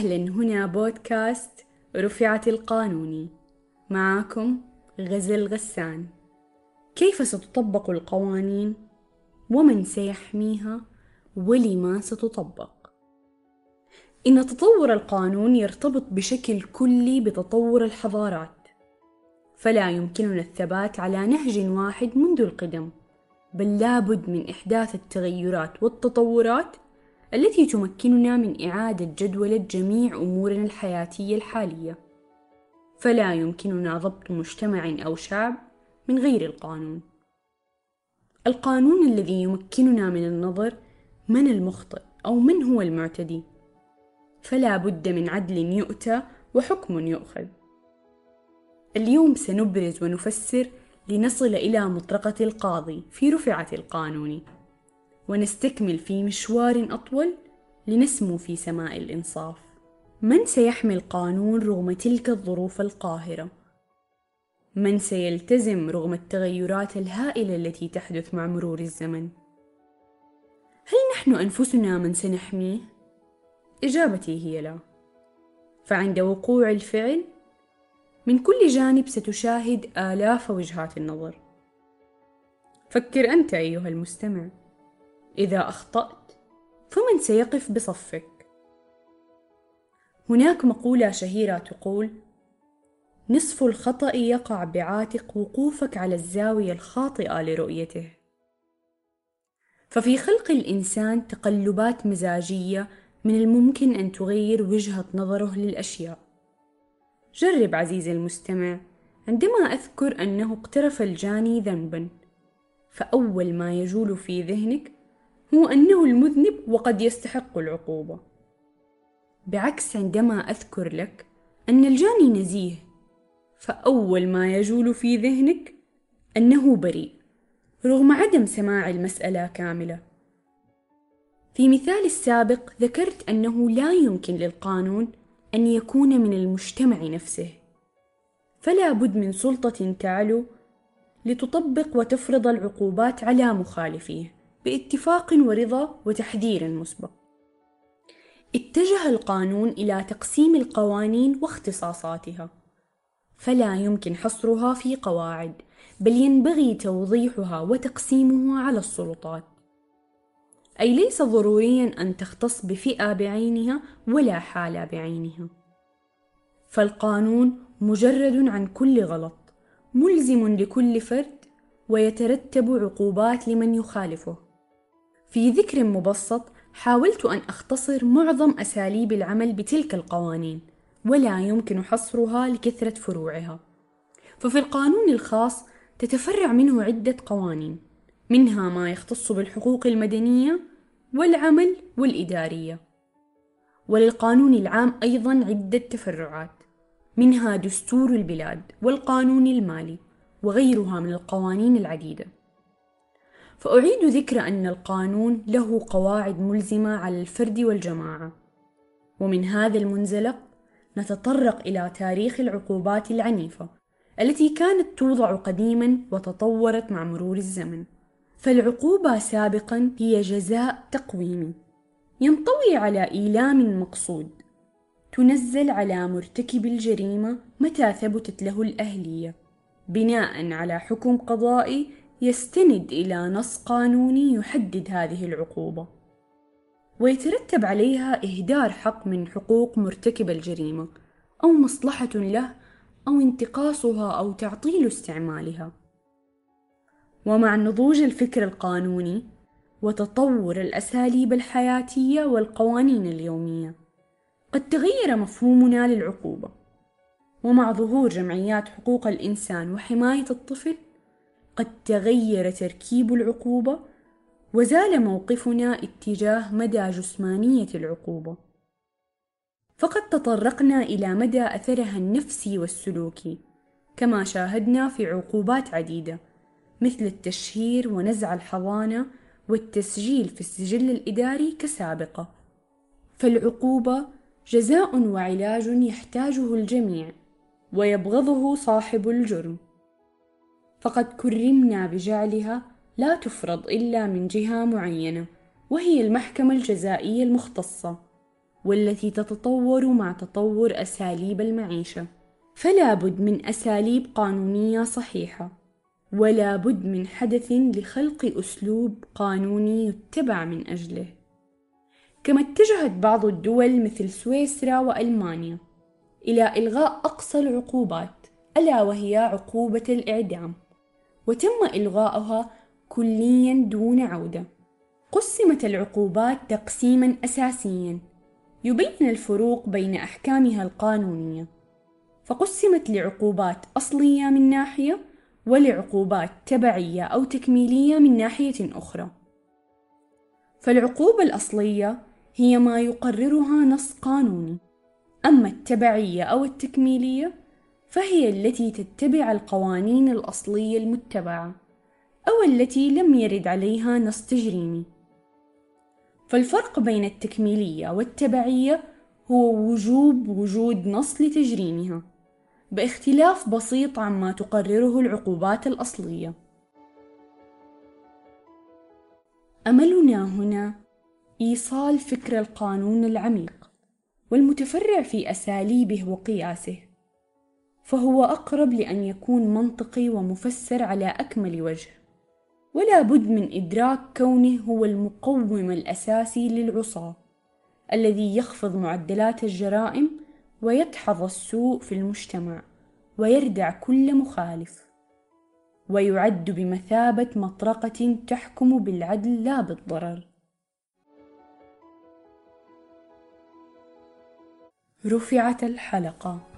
أهلا، هنا بودكاست رفعت القانوني. معكم غزل غسان. كيف ستطبق القوانين؟ ومن سيحميها؟ ولما ستطبق؟ إن تطور القانون يرتبط بشكل كلي بتطور الحضارات، فلا يمكننا الثبات على نهج واحد منذ القدم، بل لابد من إحداث التغيرات والتطورات التي تمكننا من إعادة جدولة جميع أمورنا الحياتية الحالية. فلا يمكننا ضبط مجتمع أو شعب من غير القانون. القانون الذي يمكننا من النظر من المخطئ أو من هو المعتدي، فلا بد من عدل يؤتى وحكم يؤخذ. اليوم سنبرز ونفسر لنصل إلى مطرقة القاضي في رفعة القانون، ونستكمل في مشوار أطول لنسمو في سماء الإنصاف. من سيحمي القانون رغم تلك الظروف القاهرة؟ من سيلتزم رغم التغيرات الهائلة التي تحدث مع مرور الزمن؟ هل نحن أنفسنا من سنحميه؟ إجابتي هي لا. فعند وقوع الفعل من كل جانب ستشاهد آلاف وجهات النظر. فكر أنت أيها المستمع، إذا أخطأت فمن سيقف بصفك؟ هناك مقولة شهيرة تقول: نصف الخطأ يقع بعاتق وقوفك على الزاوية الخاطئة لرؤيته. ففي خلق الإنسان تقلبات مزاجية من الممكن أن تغير وجهة نظره للأشياء. جرب عزيزي المستمع، عندما أذكر أنه اقترف الجاني ذنبا، فأول ما يجول في ذهنك هو أنه المذنب وقد يستحق العقوبة. بعكس عندما أذكر لك أن الجاني نزيه، فأول ما يجول في ذهنك أنه بريء، رغم عدم سماع المسألة كاملة. في مثال السابق ذكرت أنه لا يمكن للقانون أن يكون من المجتمع نفسه، فلا بد من سلطة تعلو لتطبق وتفرض العقوبات على مخالفيه باتفاق ورضا وتحذير مسبق. اتجه القانون إلى تقسيم القوانين واختصاصاتها، فلا يمكن حصرها في قواعد، بل ينبغي توضيحها وتقسيمها على السلطات. أي ليس ضروريا أن تختص بفئة بعينها ولا حالة بعينها، فالقانون مجرد عن كل غلط ملزم لكل فرد، ويترتب عقوبات لمن يخالفه. في ذكر مبسط حاولت أن أختصر معظم أساليب العمل بتلك القوانين، ولا يمكن حصرها لكثرة فروعها. ففي القانون الخاص تتفرع منه عدة قوانين، منها ما يختص بالحقوق المدنية والعمل والإدارية. وللقانون العام أيضا عدة تفرعات، منها دستور البلاد والقانون المالي وغيرها من القوانين العديدة. فأعيد ذكر أن القانون له قواعد ملزمة على الفرد والجماعة. ومن هذا المنزلق نتطرق إلى تاريخ العقوبات العنيفة التي كانت توضع قديما وتطورت مع مرور الزمن. فالعقوبة سابقا هي جزاء تقويمي ينطوي على إيلام مقصود، تنزل على مرتكب الجريمة متى ثبتت له الأهلية، بناء على حكم قضائي يستند إلى نص قانوني يحدد هذه العقوبة، ويترتب عليها إهدار حق من حقوق مرتكب الجريمة، أو مصلحة له، أو انتقاصها، أو تعطيل استعمالها. ومع نضوج الفكر القانوني وتطور الأساليب الحياتية والقوانين اليومية، قد تغير مفهومنا للعقوبة. ومع ظهور جمعيات حقوق الإنسان وحماية الطفل، قد تغير تركيب العقوبة، وزال موقفنا اتجاه مدى جسمانية العقوبة. فقد تطرقنا إلى مدى أثرها النفسي والسلوكي، كما شاهدنا في عقوبات عديدة مثل التشهير ونزع الحضانة والتسجيل في السجل الإداري كسابقة. فالعقوبة جزاء وعلاج يحتاجه الجميع ويبغضه صاحب الجرم، فقد كرمنا بجعلها لا تفرض إلا من جهة معينة، وهي المحكمة الجزائية المختصة، والتي تتطور مع تطور أساليب المعيشة. فلا بد من أساليب قانونية صحيحة، ولا بد من حدث لخلق أسلوب قانوني يتبع من أجله. كما اتجهت بعض الدول مثل سويسرا وألمانيا إلى إلغاء أقصى العقوبات، ألا وهي عقوبة الإعدام، وتم إلغاؤها كلياً دون عودة. قسمت العقوبات تقسيماً أساسياً يبين الفروق بين أحكامها القانونية، فقسمت لعقوبات أصلية من ناحية، ولعقوبات تبعية أو تكميلية من ناحية أخرى. فالعقوبة الأصلية هي ما يقررها نص قانوني، أما التبعية أو التكميلية فهي التي تتبع القوانين الأصلية المتبعة أو التي لم يرد عليها نص تجريمي. فالفرق بين التكميلية والتبعية هو وجود نص لتجريمها، باختلاف بسيط عما تقرره العقوبات الأصلية. أملنا هنا إيصال فكر القانون العميق والمتفرع في أساليبه وقياسه، فهو أقرب لأن يكون منطقي ومفسر على أكمل وجه، ولا بد من إدراك كونه هو المقوم الأساسي للعصاة الذي يخفض معدلات الجرائم ويدحض السوء في المجتمع ويردع كل مخالف، ويعد بمثابة مطرقة تحكم بالعدل لا بالضرر. رفعت الحلقة.